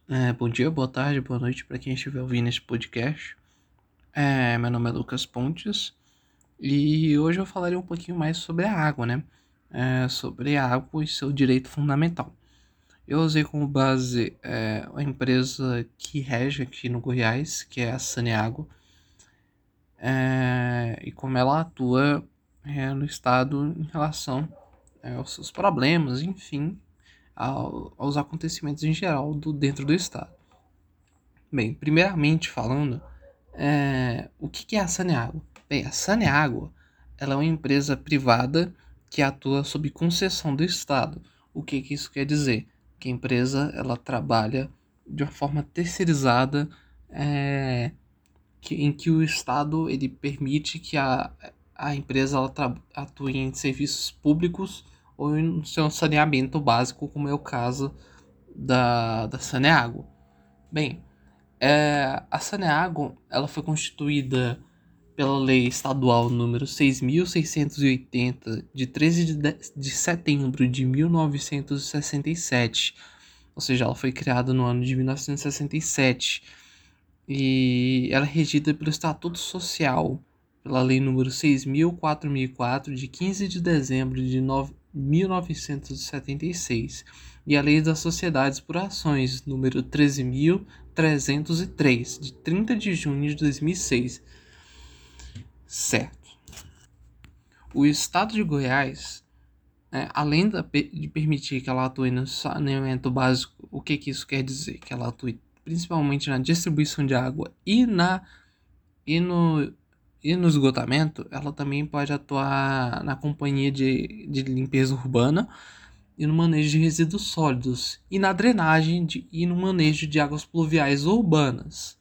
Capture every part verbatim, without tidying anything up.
É, bom dia, boa tarde, boa noite para quem estiver ouvindo esse podcast. É, meu nome é Lucas Pontes e hoje eu falarei um pouquinho mais sobre a água, né? É, sobre a água e seu direito fundamental. Eu usei como base é, a empresa que rege aqui no Goiás, que é a Saneago, é, e como ela atua é, no estado em relação é, aos seus problemas, enfim, ao- aos acontecimentos em geral do, dentro do estado. Bem, primeiramente falando, é, o que que é a Saneago? Bem, a Saneago ela é uma empresa privada que atua sob concessão do Estado. O que que isso quer dizer? Que a empresa ela trabalha de uma forma terceirizada, é, que, em que o Estado ele permite que a, a empresa ela tra- atue em serviços públicos ou em seu saneamento básico, como é o caso da, da Saneago. Bem, é, a Saneago ela foi constituída pela Lei Estadual número seis mil seiscentos e oitenta, de treze de, de, de setembro de mil novecentos e sessenta e sete. Ou seja, ela foi criada no ano de mil novecentos e sessenta e sete. E ela é regida pelo Estatuto Social, pela Lei número seis mil quatrocentos e quatro, de quinze de dezembro de mil novecentos e setenta e seis. E a Lei das Sociedades por Ações, número treze mil trezentos e três, de trinta de junho de dois mil e seis. Certo. O Estado de Goiás, é, além da, de permitir que ela atue no saneamento básico, o que, que isso quer dizer? Que ela atue principalmente na distribuição de água e, na, e, no, e no esgotamento, ela também pode atuar na companhia de, de limpeza urbana e no manejo de resíduos sólidos, e na drenagem de, e no manejo de águas pluviais urbanas.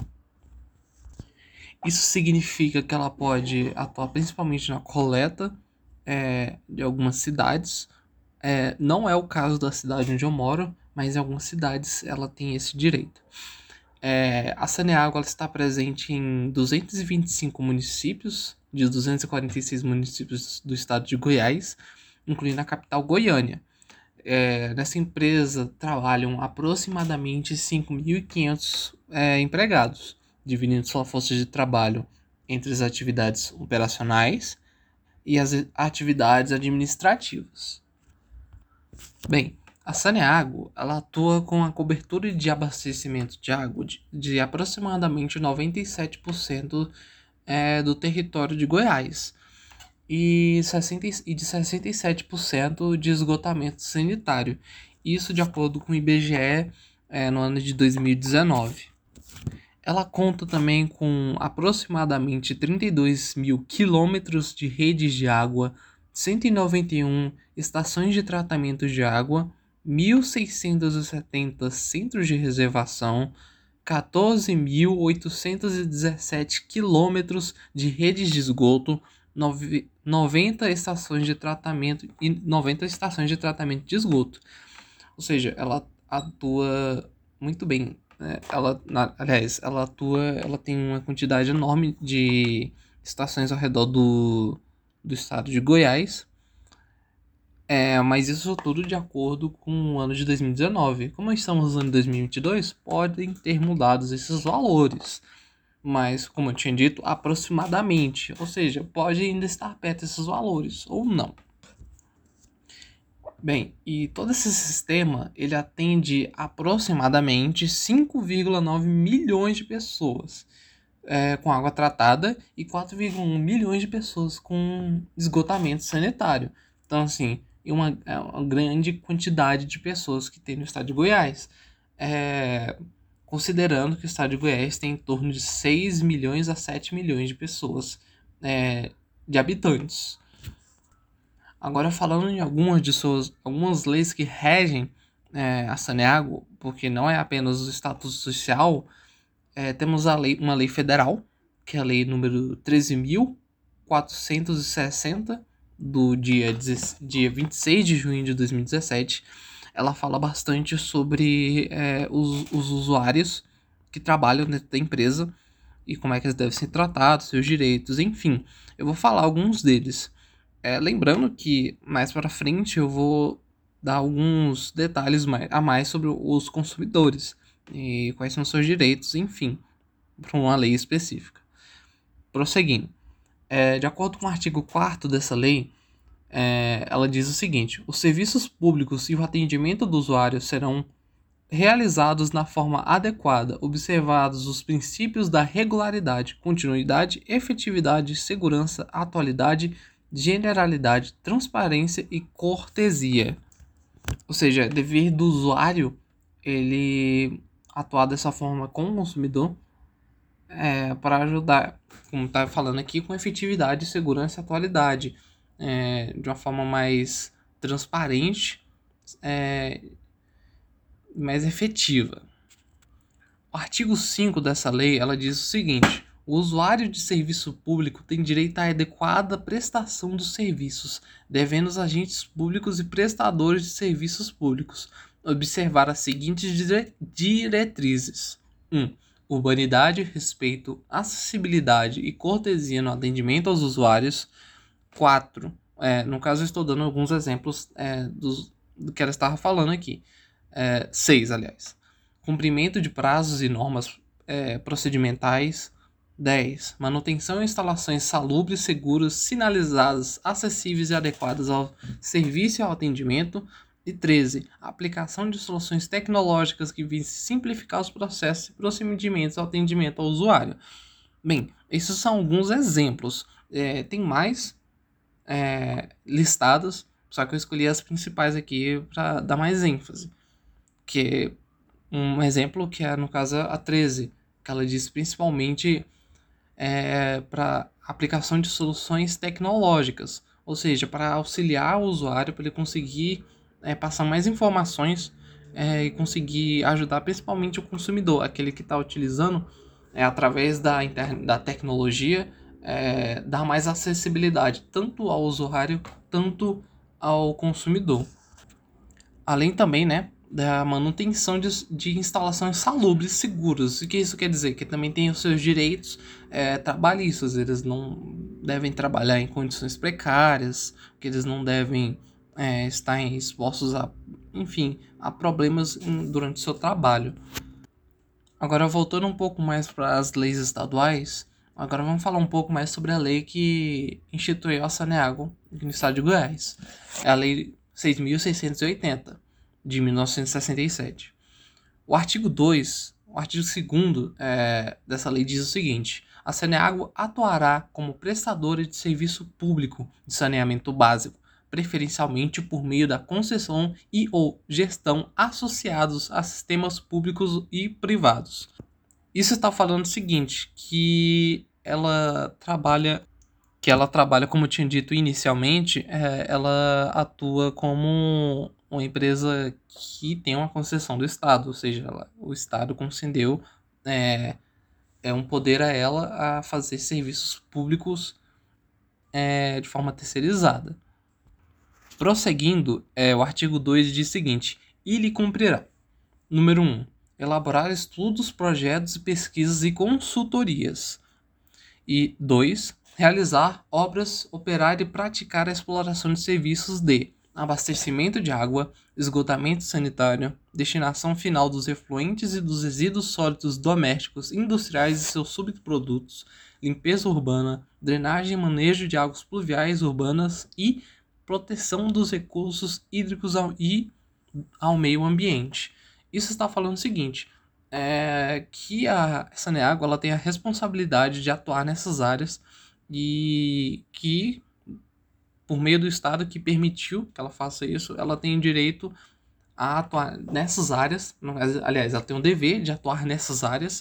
Isso significa que ela pode atuar principalmente na coleta é, de algumas cidades. É, não é o caso da cidade onde eu moro, mas em algumas cidades ela tem esse direito. É, a Saneago ela está presente em duzentos e vinte e cinco municípios, de duzentos e quarenta e seis municípios do estado de Goiás, incluindo a capital Goiânia. É, nessa empresa trabalham aproximadamente cinco mil e quinhentos é, empregados, dividindo sua força de trabalho entre as atividades operacionais e as atividades administrativas. Bem, a Saneago ela atua com a cobertura de abastecimento de água de, de aproximadamente noventa e sete por cento é, do território de Goiás e, sessenta e de sessenta e sete por cento de esgotamento sanitário. Isso de acordo com o I B G E é, no ano de dois mil e dezenove. Ela conta também com aproximadamente trinta e dois mil quilômetros de redes de água, cento e noventa e um estações de tratamento de água, mil seiscentos e setenta centros de reservação, quatorze mil oitocentos e dezessete quilômetros de redes de esgoto, noventa estações de tratamento e noventa estações de tratamento de esgoto. Ou seja, ela atua muito bem, né? Ela, na, aliás, ela atua, ela tem uma quantidade enorme de estações ao redor do, do estado de Goiás. É, mas isso tudo de acordo com o ano de dois mil e dezenove. Como estamos no ano dois mil e vinte e dois, podem ter mudado esses valores. Mas, como eu tinha dito, aproximadamente. Ou seja, pode ainda estar perto desses valores, ou não. Bem, e todo esse sistema, ele atende aproximadamente cinco vírgula nove milhões de pessoas é, com água tratada e quatro vírgula um milhões de pessoas com esgotamento sanitário. Então, assim, é uma, é uma grande quantidade de pessoas que tem no estado de Goiás. É, considerando que o estado de Goiás tem em torno de seis milhões a sete milhões de pessoas, é, de habitantes. Agora, falando em algumas de suas algumas leis que regem é, a Saneago, porque não é apenas o status social, é, temos a lei, uma lei federal, que é a lei número treze mil quatrocentos e sessenta, do dia, dia vinte e seis de junho de dois mil e dezessete. Ela fala bastante sobre é, os, os usuários que trabalham dentro da empresa e como é que eles devem ser tratados, seus direitos, enfim. Eu vou falar alguns deles. É, lembrando que mais para frente eu vou dar alguns detalhes a mais sobre os consumidores. e quais são os seus direitos, enfim, para uma lei específica. Prosseguindo, é, de acordo com o artigo quarto dessa lei, é, ela diz o seguinte: os serviços públicos e o atendimento do usuário serão realizados na forma adequada, observados os princípios da regularidade, continuidade, efetividade, segurança, atualidade, generalidade, transparência e cortesia. Ou seja, é dever do usuário ele atuar dessa forma com o consumidor, é, para ajudar, como está falando aqui, com efetividade, segurança e atualidade, é, de uma forma mais transparente, é, mais efetiva. O artigo cinco dessa lei, ela diz o seguinte: o usuário de serviço público tem direito à adequada prestação dos serviços, devendo os agentes públicos e prestadores de serviços públicos observar as seguintes dire diretrizes: um. Urbanidade, respeito, acessibilidade e cortesia no atendimento aos usuários. quatro. É, no caso, eu estou dando alguns exemplos é, dos, do que ela estava falando aqui. É, seis, aliás. Cumprimento de prazos e normas é, procedimentais. dez. Manutenção e instalações salubres, seguras, sinalizadas, acessíveis e adequadas ao serviço e ao atendimento. E treze. Aplicação de soluções tecnológicas que visem simplificar os processos e procedimentos ao atendimento ao usuário. Bem, esses são alguns exemplos. É, tem mais é, listados, só que eu escolhi as principais aqui para dar mais ênfase. Que um exemplo que é, no caso, a treze, que ela diz principalmente é, para aplicação de soluções tecnológicas, ou seja, para auxiliar o usuário para ele conseguir é, passar mais informações é, e conseguir ajudar principalmente o consumidor, aquele que está utilizando é, através da, da tecnologia, é, dar mais acessibilidade tanto ao usuário, tanto ao consumidor. Além também, né, da manutenção de, de instalações salubres seguras. O que isso quer dizer? Que também tem os seus direitos é, trabalhistas. Eles não devem trabalhar em condições precárias, que eles não devem é, estar expostos a, enfim, a problemas em, durante o seu trabalho. Agora, voltando um pouco mais para as leis estaduais, agora vamos falar um pouco mais sobre a lei que instituiu a Saneago no estado de Goiás. É a Lei seis mil seiscentos e oitenta, de mil novecentos e sessenta e sete. O artigo dois, o artigo segundo é, dessa lei diz o seguinte: a Saneago atuará como prestadora de serviço público de saneamento básico, preferencialmente por meio da concessão e ou gestão associados a sistemas públicos e privados. Isso está falando o seguinte, que ela trabalha, que ela trabalha, como eu tinha dito inicialmente, é, ela atua como uma empresa que tem uma concessão do Estado, ou seja, ela, o Estado concedeu é, é um poder a ela a fazer serviços públicos é, de forma terceirizada. Prosseguindo, é, o artigo dois diz o seguinte: e lhe cumprirá. Número um. Elaborar estudos, projetos, pesquisas e consultorias. E dois. Realizar obras, operar e praticar a exploração de serviços de abastecimento de água, esgotamento sanitário, destinação final dos efluentes e dos resíduos sólidos domésticos, industriais e seus subprodutos, limpeza urbana, drenagem e manejo de águas pluviais urbanas e proteção dos recursos hídricos ao, e ao meio ambiente. Isso está falando o seguinte, é, que a Saneago ela tem a responsabilidade de atuar nessas áreas e que, por meio do Estado que permitiu que ela faça isso, ela tem o direito a atuar nessas áreas, aliás, ela tem o dever de atuar nessas áreas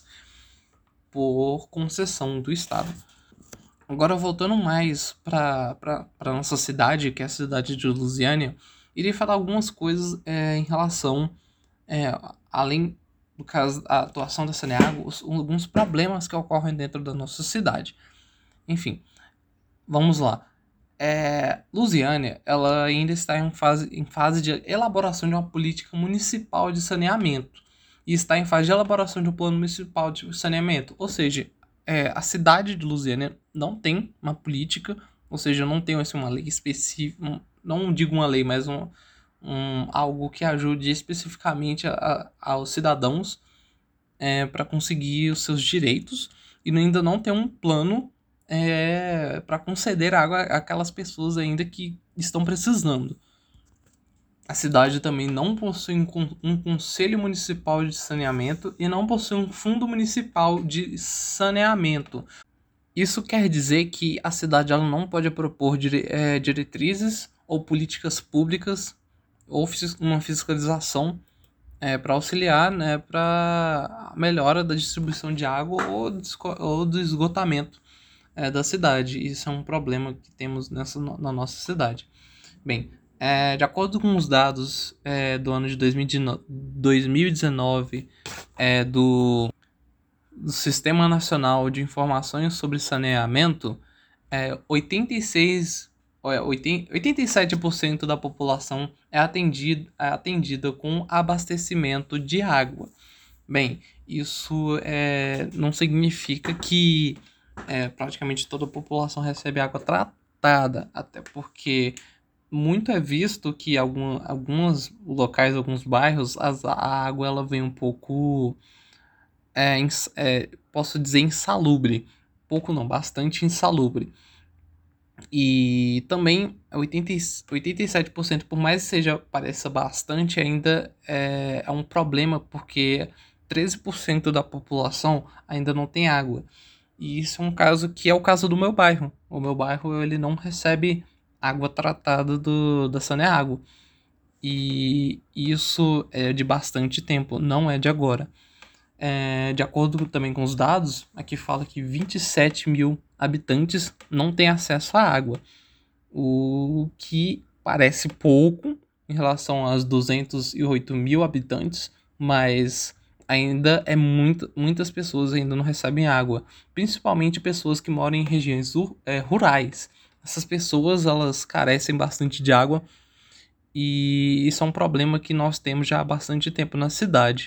por concessão do Estado. Agora, voltando mais para a nossa cidade, que é a cidade de Lusiânia, irei falar algumas coisas é, em relação, é, além do caso da atuação da Saneago, alguns problemas que ocorrem dentro da nossa cidade. Enfim, vamos lá. É, Lusiânia, ela ainda está em fase, em fase de elaboração de uma política municipal de saneamento e está em fase de elaboração de um plano municipal de saneamento, ou seja, é, a cidade de Lusiânia não tem uma política, ou seja, não tem assim, uma lei específica, não digo uma lei, mas um, um, algo que ajude especificamente a, a, aos cidadãos é, para conseguir os seus direitos e ainda não tem um plano é, para conceder água àquelas pessoas ainda que estão precisando. A cidade também não possui um, con- um conselho municipal de saneamento e não possui um fundo municipal de saneamento. Isso quer dizer que a cidade ela não pode propor dire- eh, diretrizes ou políticas públicas ou fis- uma fiscalização para auxiliar, né, para a melhora da distribuição de água ou, desco- ou do esgotamento eh, da cidade. Isso é um problema que temos nessa, no- na nossa cidade. Bem, eh, de acordo com os dados eh, do ano de dois mil e dezenove, dois mil e dezenove eh, do do Sistema Nacional de Informações sobre Saneamento, é, oitenta e seis, olha, oitenta, oitenta e sete por cento da população é atendida, é atendida com abastecimento de água. Bem, isso é, não significa que é, praticamente toda a população recebe água tratada, até porque muito é visto que algum, alguns locais, alguns bairros, as- a água ela vem um pouco é, ins- é, posso dizer insalubre. Pouco não, bastante insalubre. E também oitenta, e- oitenta e sete por cento, por mais que seja, pareça bastante, ainda é, é um problema porque treze por cento da população ainda não tem água. E isso é um caso que é o caso do meu bairro. O meu bairro ele não recebe água tratada do, da Saneago. E isso é de bastante tempo, não é de agora. É, de acordo também com os dados, aqui fala que vinte e sete mil habitantes não têm acesso à água, o que parece pouco em relação aos duzentos e oito mil habitantes, mas ainda é muito, muitas pessoas ainda não recebem água, principalmente pessoas que moram em regiões ur- é, rurais. Essas pessoas elas carecem bastante de água e isso é um problema que nós temos já há bastante tempo na cidade.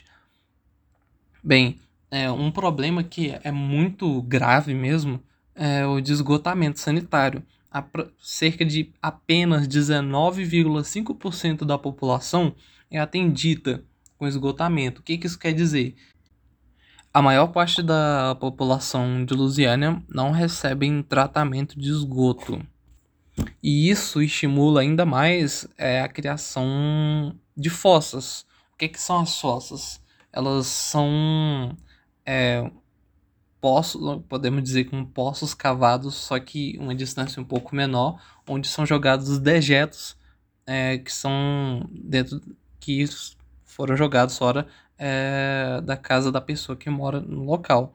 Bem, é um problema que é muito grave mesmo é o de esgotamento sanitário. Apro- cerca de apenas dezenove vírgula cinco por cento da população é atendida com esgotamento. O que que isso quer dizer? A maior parte da população de Lusiânia não recebe tratamento de esgoto. E isso estimula ainda mais é, a criação de fossas. O que que são as fossas? Elas são é, poços, podemos dizer como poços cavados, só que uma distância um pouco menor, onde são jogados os dejetos é, que são dentro que foram jogados fora é, da casa da pessoa que mora no local.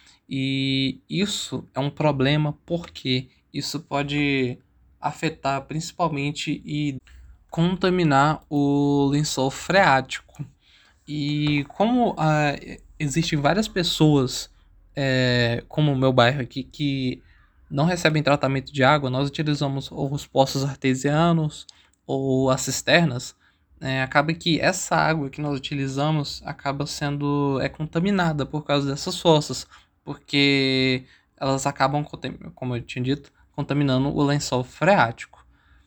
E isso é um problema porque isso pode afetar principalmente e contaminar o lençol freático. E como ah, existem várias pessoas, é, como o meu bairro aqui, que não recebem tratamento de água, nós utilizamos ou os poços artesianos ou as cisternas. É, acaba que essa água que nós utilizamos acaba sendo é contaminada por causa dessas fossas, porque elas acabam, contam- como eu tinha dito, contaminando o lençol freático.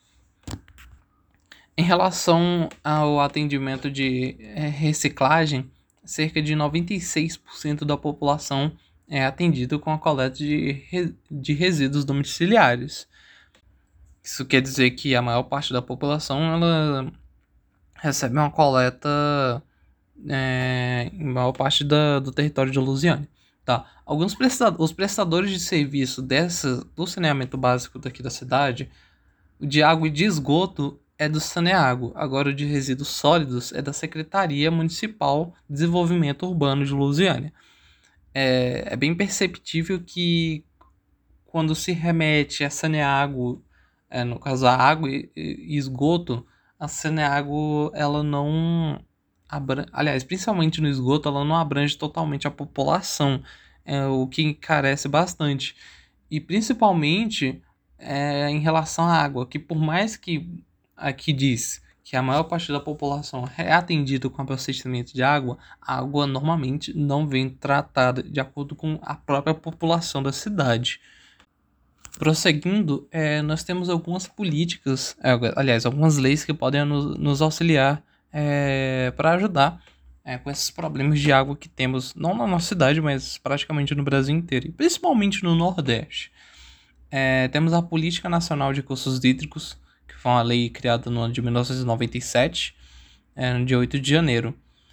Em relação ao atendimento de eh, reciclagem, cerca de noventa e seis por cento da população é atendida com a coleta de, re- de resíduos domiciliares. Isso quer dizer que a maior parte da população ela recebe uma coleta eh, em maior parte da, do território de Lusiânia. Tá. Alguns presta os prestadores de serviço dessa, do saneamento básico daqui da cidade, o de água e de esgoto é do Saneago. Agora o de resíduos sólidos é da Secretaria Municipal de Desenvolvimento Urbano de Lusiânia. É, é bem perceptível que quando se remete a Saneago, é, no caso a água e, e esgoto, a Saneago ela não abrange, aliás, principalmente no esgoto, ela não abrange totalmente a população, é, o que encarece bastante. E principalmente é, em relação à água, que por mais que aqui diz que a maior parte da população é atendida com abastecimento de água, a água normalmente não vem tratada de acordo com a própria população da cidade. Prosseguindo, é, nós temos algumas políticas, é, aliás, algumas leis que podem nos, nos auxiliar é, para ajudar é, com esses problemas de água que temos, não na nossa cidade, mas praticamente no Brasil inteiro, e principalmente no Nordeste. É, temos a Política Nacional de Recursos Hídricos, que foi uma lei criada no ano de mil novecentos e noventa e sete, é, no dia oito de janeiro.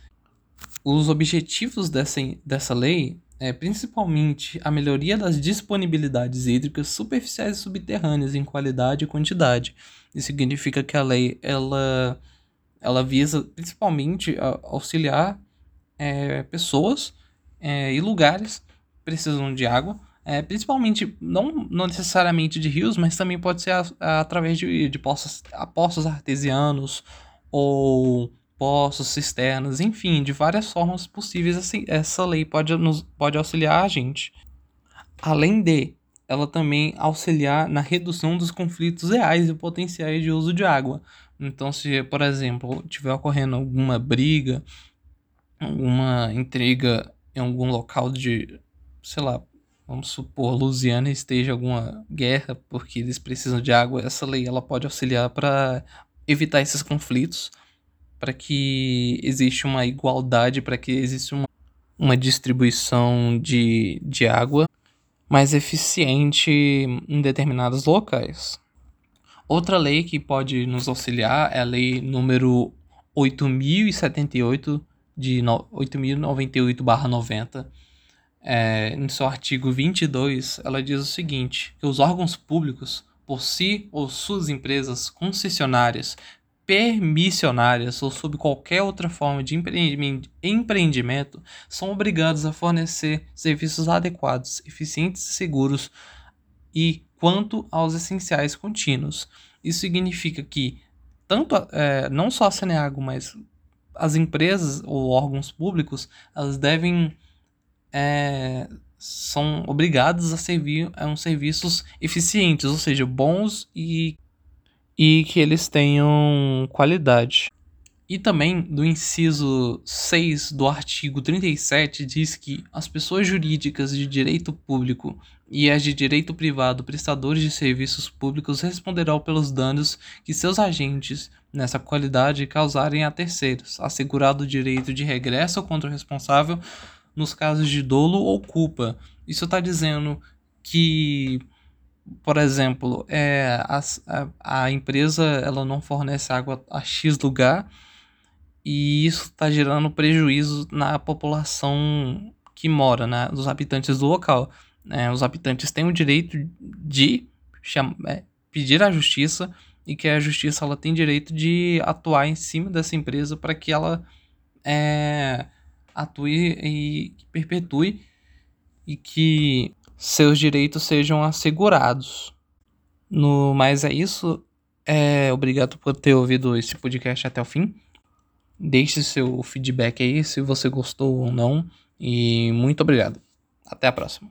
Os objetivos dessa, dessa lei é principalmente a melhoria das disponibilidades hídricas superficiais e subterrâneas em qualidade e quantidade. Isso significa que a lei ela, ela visa principalmente auxiliar é, pessoas é, e lugares que precisam de água, é, principalmente não, não necessariamente de rios, mas também pode ser a, a, através de, de poços, a poços artesianos ou poços, cisternas, enfim, de várias formas possíveis. Assim, essa lei pode, nos, pode auxiliar a gente. Além de ela também auxiliar na redução dos conflitos reais e potenciais de uso de água. Então, se, por exemplo, tiver ocorrendo alguma briga, alguma intriga em algum local de, sei lá, vamos supor, Louisiana esteja alguma guerra porque eles precisam de água, essa lei ela pode auxiliar para evitar esses conflitos, para que exista uma igualdade, para que exista uma, uma distribuição de, de água mais eficiente em determinados locais. Outra lei que pode nos auxiliar é a lei número oito mil e setenta e oito de oito mil e noventa e oito barra noventa. É, em seu artigo vinte e dois, ela diz o seguinte, que os órgãos públicos, por si ou suas empresas concessionárias, permissionárias ou sob qualquer outra forma de empreendimento, são obrigados a fornecer serviços adequados, eficientes e seguros e quanto aos essenciais contínuos. Isso significa que tanto é, não só a Saneago, mas as empresas ou órgãos públicos, elas devem é, são obrigados a servir a uns serviços eficientes, ou seja, bons e, e que eles tenham qualidade. E também, do inciso seis do artigo trinta e sete, diz que as pessoas jurídicas de direito público e as de direito privado prestadores de serviços públicos responderão pelos danos que seus agentes nessa qualidade causarem a terceiros, assegurado o direito de regresso contra o responsável nos casos de dolo ou culpa. Isso está dizendo que, por exemplo, é, a, a, a empresa ela não fornece água a X lugar, e isso está gerando prejuízo na população que mora, né, dos habitantes do local. É, os habitantes têm o direito de cham- é, pedir à justiça, e que a justiça ela tem direito de atuar em cima dessa empresa para que ela é, atue e perpetue e que seus direitos sejam assegurados. No mais é isso. É, obrigado por ter ouvido esse podcast até o fim. Deixe seu feedback aí se você gostou ou não. E muito obrigado. Até a próxima.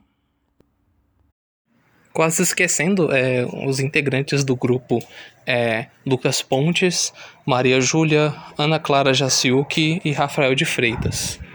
Quase esquecendo, é, os integrantes do grupo é Lucas Pontes, Maria Júlia, Ana Clara Jaciuc e Rafael de Freitas.